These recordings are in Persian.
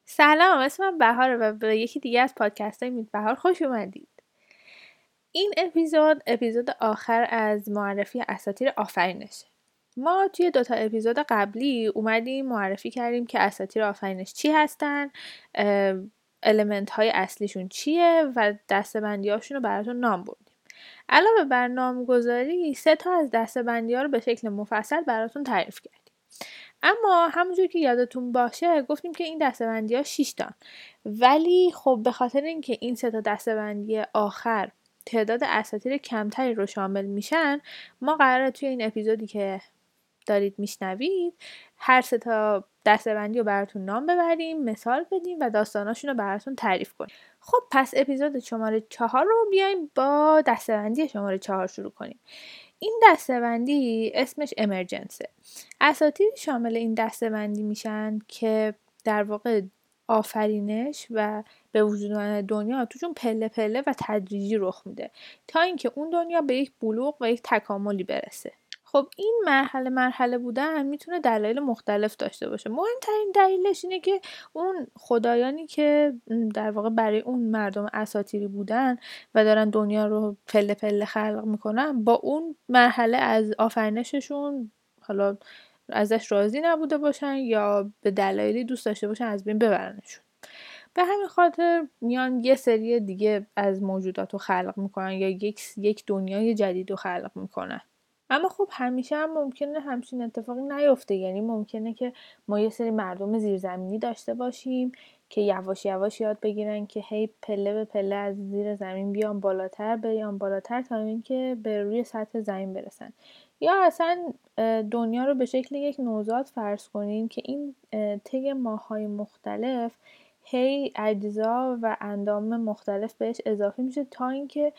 سلام، اسمم بهاره و به یکی دیگه از پادکست های میت بهار خوش اومدید. این اپیزود آخر از معرفی اساطیر آفرینشه. ما توی دوتا اپیزود قبلی اومدیم معرفی کردیم که اساطیر آفرینش چی هستن، المنت های اصلیشون چیه و دسته‌بندی هاشون رو براتون نام بردیم. علاوه بر نامگذاری 3 تا از دسته‌بندی ها رو به شکل مفصل براتون تعریف کردیم. اما همونجور که یادتون باشه گفتیم که این دسته‌بندی ها 6 تان، ولی خب به خاطر اینکه این 3 تا دسته‌بندی آخر تعداد اساطیر کمتری رو شامل میشن، ما قراره توی این اپیزودی که دارید میشنوید هر 3 تا دسته‌بندی رو براتون نام ببریم، مثال بدیم و داستاناشون رو براتون تعریف کنیم. خب پس اپیزود شماره 4 رو بیایم با دسته‌بندی شماره 4 شروع کنیم. این دسته‌بندی اسمش امرجنسه. اساطیری شامل این دسته‌بندی میشن که در واقع آفرینش و به وجود اومدن دنیا توشون پله پله و تدریجی رخ میده تا اینکه اون دنیا به یک بلوغ و یک تکاملی برسه. خب این مرحله بودن میتونه دلایل مختلف داشته باشه. مهمترین دلیلش اینه که اون خدایانی که در واقع برای اون مردم اساطیری بودن و دارن دنیا رو پله پله خلق میکنن با اون مرحله از آفرینششون حالا ازش راضی نبوده باشن یا به دلایلی دوست داشته باشن از بین ببرنشون. به همین خاطر میان یه سری دیگه از موجودات رو خلق میکنن یا یک دنیای جدید رو خلق میکنن. اما خب همیشه هم ممکنه همچین اتفاقی نیفته. یعنی ممکنه که ما یه سری مردم زیرزمینی داشته باشیم که یواش یواش یاد بگیرن که هی پله به پله از زیر زمین بیان بالاتر تا اینکه به روی سطح زمین برسن. یا اصلا دنیا رو به شکل یک نوزاد فرض کنین که این طی ماه‌های مختلف هی اجزا و اندام مختلف بهش اضافه میشه تا اینکه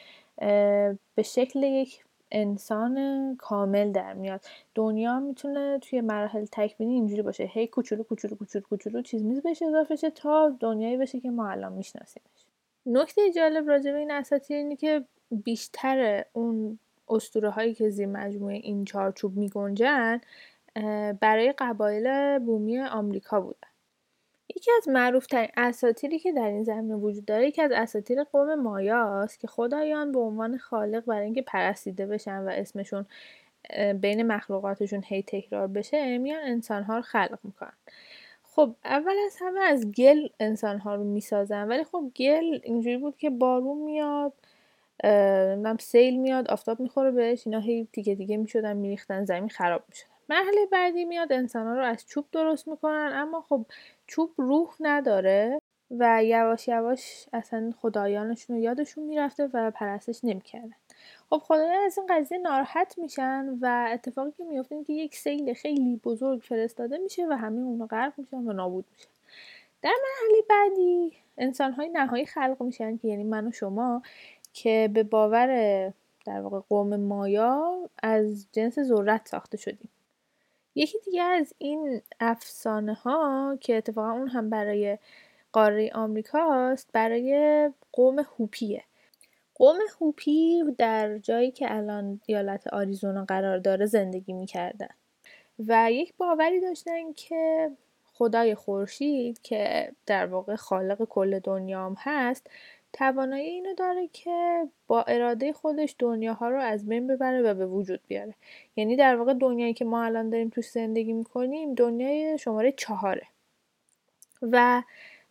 به شکل یک انسان کامل در میاد. دنیا میتونه توی مراحل تکوینی اینجوری باشه، هی کوچولو کوچولو کوچولو کوچولو چیز میز بهش اضافه شه تا دنیایی بشه که ما الان میشناسیمش. نکته جالب راجع به این اساطیر اینه که بیشتر اون اسطوره هایی که زیر مجموعه این چارچوب میگنجن برای قبایل بومی آمریکا بودن. یکی از معروف‌ترین اساطیری که در این زمینه وجود داره یکی از اساطیر قوم مایاست که خدایان به عنوان خالق برای اینکه پرستیده بشن و اسمشون بین مخلوقاتشون هی تکرار بشه میان انسان‌ها رو خلق میکنن. خب اول از همه از گل انسان‌ها رو میسازن، ولی خب گل اینجوری بود که بارون میاد، سیل میاد، آفتاب میخوره بهش، اینا هی تیکه تیکه میشدن، میریختن زمین، خراب میشدن. مرحله بعدی میاد انسان‌ها رو از چوب درست میکنن، اما خب چوب روح نداره و یواش یواش اصلا خدایانشون رو یادشون میرفته و پرستش نمیکردن. خب خدایان از این قضیه ناراحت میشن و اتفاقی که میفته اینه که یک سیل خیلی بزرگ فرستاده میشه و همه اونا غرق میشن و نابود میشن. در مرحله بعدی انسان‌های نهایی خلق میشن که یعنی من و شما که به باور در واقع قوم مایا از جنس ذرت ساخته شدیم. یکی دیگه از این افسانه ها که اتفاقا اون هم برای قاره آمریکاست برای قوم هوپیه. قوم هوپی در جایی که الان ایالت آریزونا قرار داره زندگی میکردن و یک باوری داشتن که خدای خورشید که در واقع خالق کل دنیا هم هست توانایی اینو داره که با اراده خودش دنیاها رو از بین ببره و به وجود بیاره. یعنی در واقع دنیایی که ما الان داریم توش زندگی میکنیم دنیای شماره 4 و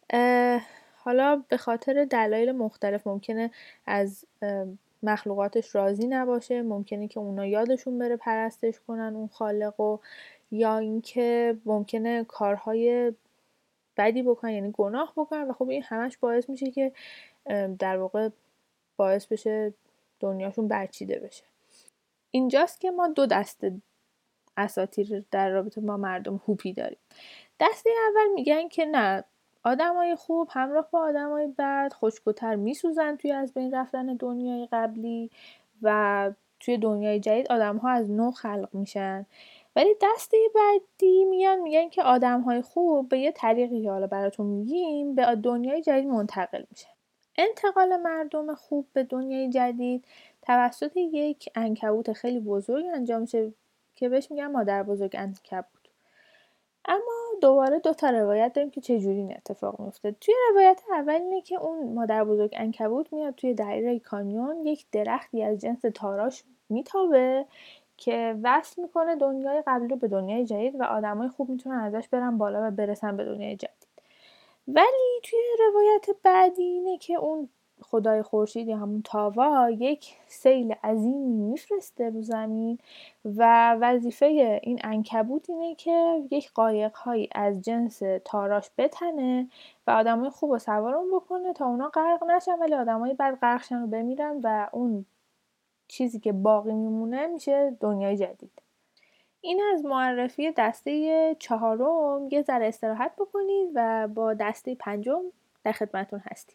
حالا به خاطر دلایل مختلف ممکنه از مخلوقاتش راضی نباشه، ممکنه که اونا یادشون بره پرستش کنن اون خالقو، یا اینکه ممکنه کارهای بدی بکنن یعنی گناه بکنن و خب این همش باعث میشه که در واقع باعث بشه دنیاشون برچیده بشه. اینجاست که ما 2 دسته اساطیر در رابطه با مردم هوپی داریم. دسته اول میگن که نه، آدمای خوب همراه با آدمای بد خشک‌وتر میسوزن توی از بین رفتن دنیای قبلی و توی دنیای جدید آدم‌ها از نو خلق میشن. ولی دسته بعدی میگن که آدم‌های خوب به یه طریقی که حالا براتون میگیم به دنیای جدید منتقل میشن. انتقال مردم خوب به دنیای جدید توسط یک عنکبوت خیلی بزرگ انجام میشه که بهش میگن مادر بزرگ عنکبوت. اما دوباره 2 تا روایت داریم که چجوری این اتفاق میفته. توی روایت اول اینه که اون مادر بزرگ عنکبوت میاد توی دایره کانیون، یک درختی از جنس تاراش میتابه که وصل میکنه دنیای قبلی رو به دنیای جدید و آدمای خوب میتونن ازش برن بالا و برسن به دنیای جدید. ولی توی روایت بعدی اینه که اون خدای خورشید یا همون تاوا یک سیل عظیمی میفرسته رو زمین و وظیفه این عنکبوت اینه که یک قایق‌هایی از جنس تاراش بتنه و آدمای خوب رو سوارون بکنه تا اونا غرق نشن، ولی آدمای بد غرق شن و بمیرن و اون چیزی که باقی میمونه میشه دنیای جدید. این از معرفی دسته 4. یه ذره استراحت بکنید و با دسته 5 در خدمتون هستیم.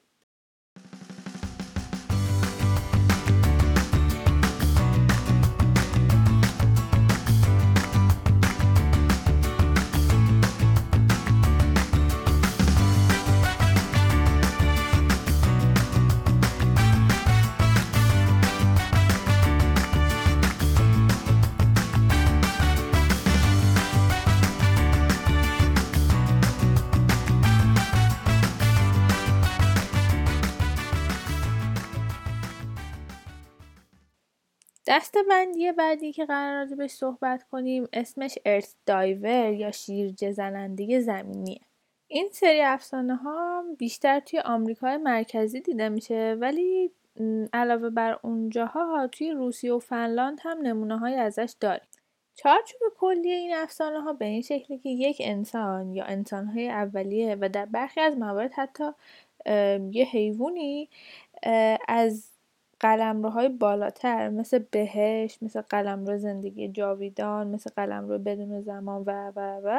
دسته‌بندی بعدی که قرار راجبش صحبت کنیم اسمش ارث دایور یا شیرجه زننده زمینیه. این سری افسانه ها بیشتر توی آمریکای مرکزی دیده میشه، ولی علاوه بر اونجاها توی روسیه و فنلاند هم نمونه های ازش داریم. چارچوب کلی این افسانه ها به این شکلی که یک انسان یا انسانهای اولیه و در برخی از موارد حتی یه حیوانی از قلمروهای بالاتر مثل بهشت، مثل قلمرو زندگی جاویدان، مثل قلمرو بدون زمان و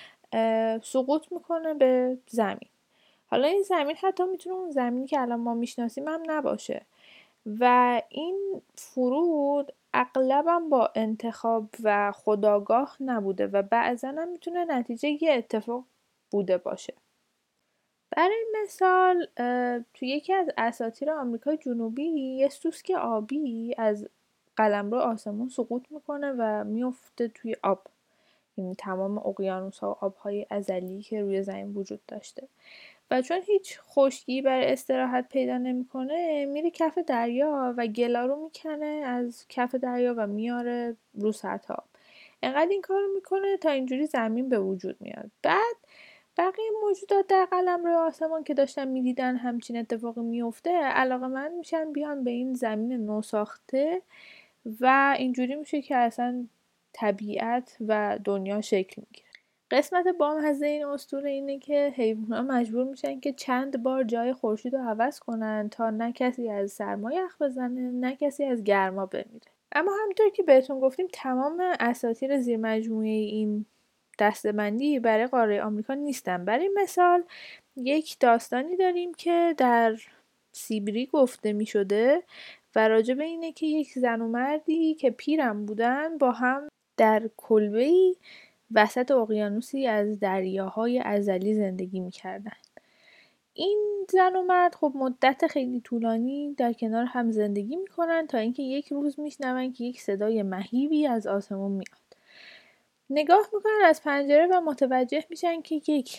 سقوط میکنه به زمین. حالا این زمین حتی میتونه اون زمینی که الان ما میشناسیم هم نباشه و این فرود اغلبا با انتخاب و خودآگاه نبوده و بعضا هم میتونه نتیجه یه اتفاق بوده باشه. برای مثال توی یکی از اساطیر آمریکای جنوبی یه سوسک آبی از قلمرو آسمون سقوط میکنه و میفته توی آب. یعنی تمام اقیانوس‌ها و آب‌های ازلی که روی زمین وجود داشته و چون هیچ خشکی برای استراحت پیدا نمیکنه میره کف دریا و گلا رو میکنه از کف دریا و میاره رو سطح آب. انقدر این کارو میکنه تا اینجوری زمین به وجود میاد. بعد بقیه موجودات در قلمرو آسمان که داشتن میدیدن همچین اتفاقی میفته علاقه‌مند میشن بیان به این زمین نوساخته و اینجوری میشه که اصلا طبیعت و دنیا شکل میگیره. قسمت بامزه این اسطوره اینه که حیوانات مجبور میشن که چند بار جای خورشید رو عوض کنن تا نه کسی از سرما یخ بزنه نه کسی از گرما بمیره. اما همونطور که بهتون گفتیم تمام اساطیر زیر مجموعه این دسته‌بندی برای قاره آمریکا نیستن. برای مثال یک داستانی داریم که در سیبری گفته می شده و راجب اینه که یک زن و مردی که پیرم بودن با هم در کلبه‌ای وسط اقیانوسی از دریاهای ازلی زندگی می کردن. این زن و مرد خب مدت خیلی طولانی در کنار هم زندگی می کنن تا اینکه یک روز می شنون که یک صدای مهیبی از آسمون میاد. نگاه میکنن از پنجره و متوجه میشن که یک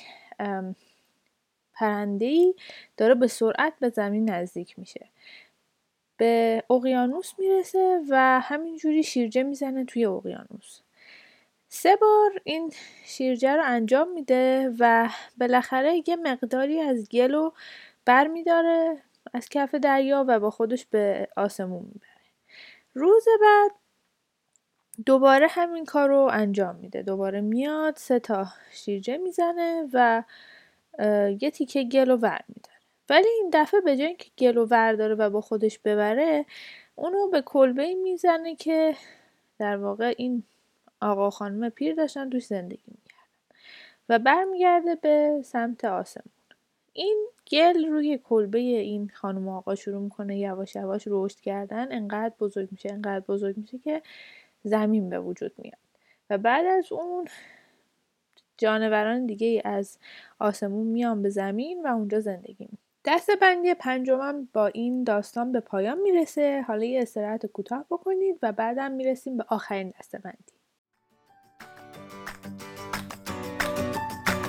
پرنده‌ای داره به سرعت به زمین نزدیک میشه. به اقیانوس میرسه و همینجوری شیرجه میزنه توی اقیانوس. 3 بار این شیرجه رو انجام میده و بالاخره یه مقداری از گلو بر میداره از کف دریا و با خودش به آسمون میبره. روز بعد دوباره همین کار رو انجام میده. دوباره میاد 3 تا شیرجه میزنه و یه تیکه گلو ور میداره. ولی این دفعه به جای اینکه گلو ور داره و با خودش ببره اونو به کلبه‌ای میزنه که در واقع این آقا خانم پیر داشتن توش زندگی میکردن و برمیگرده به سمت آسمون. این گل روی کلبه این خانم آقا شروع میکنه یواش یواش رشد کردن. انقدر بزرگ میشه که زمین به وجود میاد و بعد از اون جانوران دیگه از آسمون میان به زمین و اونجا زندگی میکنن. دسته‌بندی 5 با این داستان به پایان میرسه. حالا یه استراحت کوتاه بکنید و بعدم میرسیم به آخرین دسته‌بندی.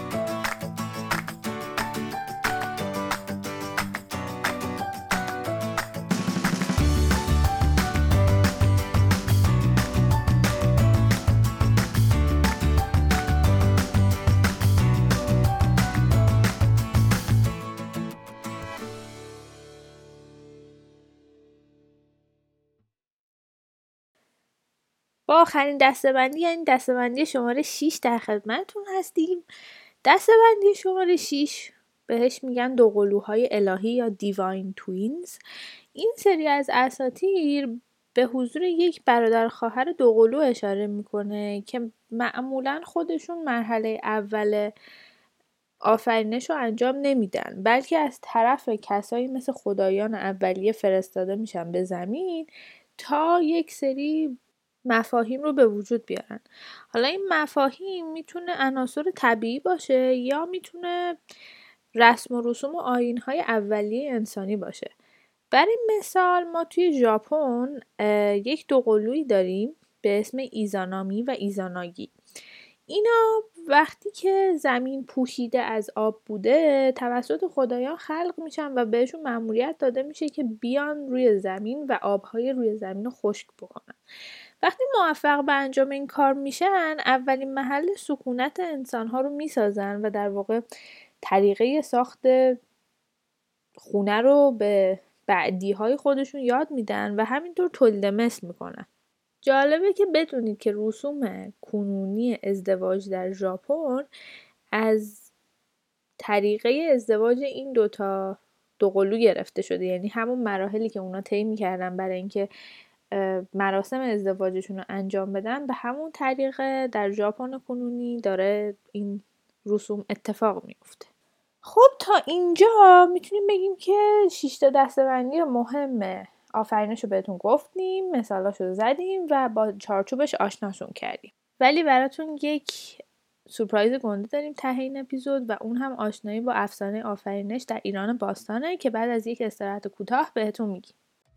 با آخرین دسته‌بندی یعنی دسته‌بندی شماره 6 در خدمتتون هستیم. دسته‌بندی شماره 6 بهش میگن دوقلوهای الهی یا دیواین توینز. این سری از اساطیر به حضور یک برادر خواهر دوقلو اشاره میکنه که معمولا خودشون مرحله اول آفرینش رو انجام نمیدن، بلکه از طرف کسایی مثل خدایان اولیه فرستاده میشن به زمین تا یک سری مفاهیم رو به وجود بیارن. حالا این مفاهیم میتونه عناصر طبیعی باشه یا میتونه رسم و رسوم و آیین‌های اولیه انسانی باشه. برای مثال ما توی ژاپن یک دوقلویی داریم به اسم ایزانامی و ایزاناگی. اینا وقتی که زمین پوشیده از آب بوده توسط خدایان خلق میشن و بهشون مأموریت داده میشه که بیان روی زمین و آبهای روی زمین رو خشک بکنن. وقتی موفق به انجام این کار میشن اولین محل سکونت انسانها رو میسازن و در واقع طریقه ساخت خونه رو به بعدیهای خودشون یاد میدن و همینطور تولید مثل میکنن. جالبه که بدونید که رسوم کنونی ازدواج در ژاپن از طریقه ازدواج این دوقلو گرفته شده، یعنی همون مراحلی که اونا طی می‌کردن برای اینکه مراسم ازدواجشون رو انجام بدن به همون طریقه در ژاپن کنونی داره این رسوم اتفاق میفته. خب تا اینجا میتونیم بگیم که 6 تا دسته‌بندی مهم آفرینش رو بهتون گفتیم، مثالاشو زدیم و با چارچوبش آشناشون کردیم. ولی براتون یک سورپرایز گنده داریم ته این اپیزود و اون هم آشنایی با افسانه آفرینش در ایران باستانه که بعد از یک استراحت کوتاه بهتون میگیم.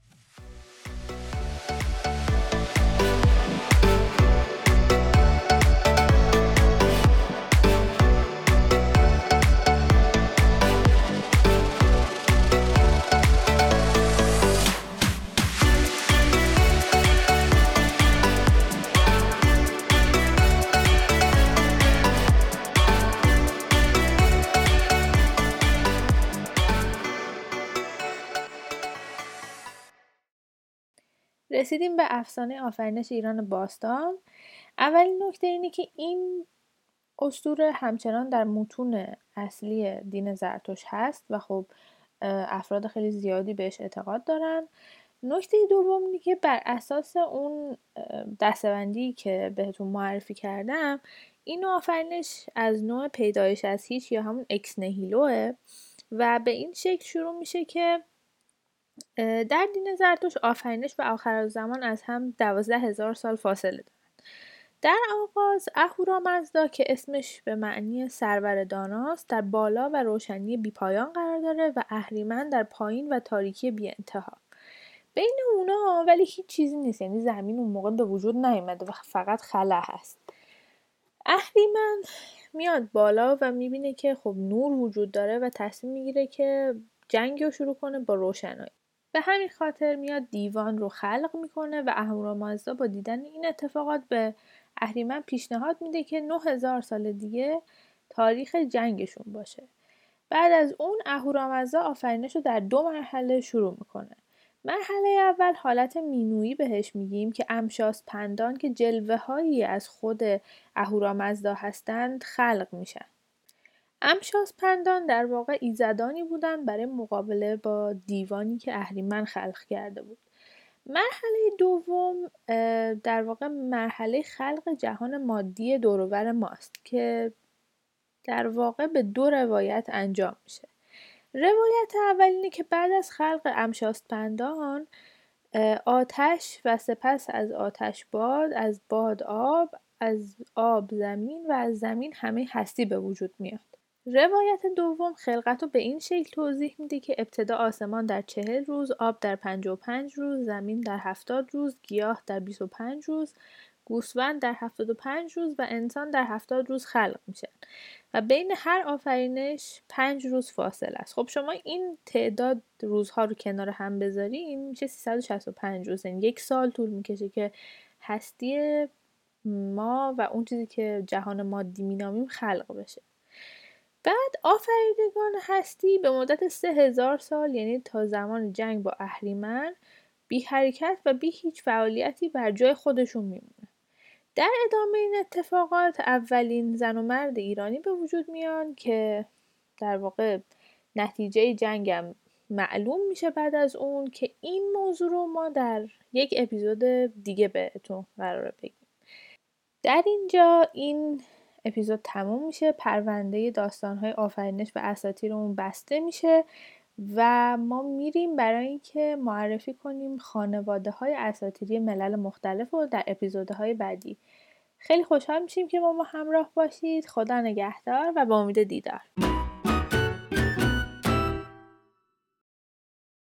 رسیدیم به افسانه آفرینش ایران باستان. اولین نکته اینه که این اسطوره همچنان در متون اصلی دین زرتشت هست و خب افراد خیلی زیادی بهش اعتقاد دارن. نکته دوم اینه که بر اساس اون دسته‌بندی که بهتون معرفی کردم این آفرینش از نوع پیدایش از هیچ یا همون اکس نهیلوه و به این شکل شروع میشه که در دین زرتشت آفرینش و آخرالزمان از هم 12,000 سال فاصله دارند. در آغاز اهورامزدا که اسمش به معنی سرور داناست در بالا و روشنی بیپایان قرار داره و اهریمن در پایین و تاریکی بی انتها. بین اونا ولی هیچ چیزی نیست، یعنی زمین اون موقع به وجود نیومده و فقط خلا هست. اهریمن میاد بالا و میبینه که خب نور وجود داره و تصمیم میگیره که جنگ رو شروع کنه با روشنایی. به همین خاطر میاد دیوان رو خلق میکنه و اهورامزدا با دیدن این اتفاقات به اهریمن پیشنهاد میده که 9000 سال دیگه تاریخ جنگشون باشه. بعد از اون اهورامزدا آفرینش رو در 2 مرحله شروع میکنه. مرحله اول حالت مینویی بهش میگیم که امشاسپندان که جلوه هایی از خود اهورامزدا هستند خلق میشن. امشاسپندان در واقع ایزدانی بودند برای مقابله با دیوانی که اهریمن خلق کرده بود. مرحله دوم در واقع مرحله خلق جهان مادی دور و بر ماست که در واقع به 2 روایت انجام میشه. روایت اول اینه که بعد از خلق امشاسپندان آتش و سپس از آتش باد، از باد آب، از آب زمین و از زمین همه هستی به وجود میاد. روایت دوم خلقت رو به این شکل توضیح میده که ابتدا آسمان در 40 روز، آب در 55 روز، زمین در 70 روز، گیاه در 25 روز، گوسفند در 75 روز و انسان در 70 روز خلق میشن و بین هر آفرینش 5 روز فاصله است. خب شما این تعداد روزها رو کنار هم بذارین میشه 365 روز، یعنی 1 سال طول میکشه که هستی ما و اون چیزی که جهان مادی مینامیم خلق بشه. بعد آفریدگان هستی به مدت 3000 سال، یعنی تا زمان جنگ با اهریمن، بی حرکت و بی هیچ فعالیتی بر جای خودشون میمونه. در ادامه این اتفاقات اولین زن و مرد ایرانی به وجود میان که در واقع نتیجه جنگم معلوم میشه بعد از اون، که این موضوع رو ما در یک اپیزود دیگه بهتون قراره بگیم. در اینجا این اپیزود تموم میشه، پرونده داستان‌های آفرینش و اساطیرمون بسته میشه و ما میریم برای اینکه معرفی کنیم خانواده‌های اساطیری ملل مختلف رو در اپیزودهای بعدی. خیلی خوشحال میشیم که با ما همراه باشید. خدا نگهدار و با امید دیدار.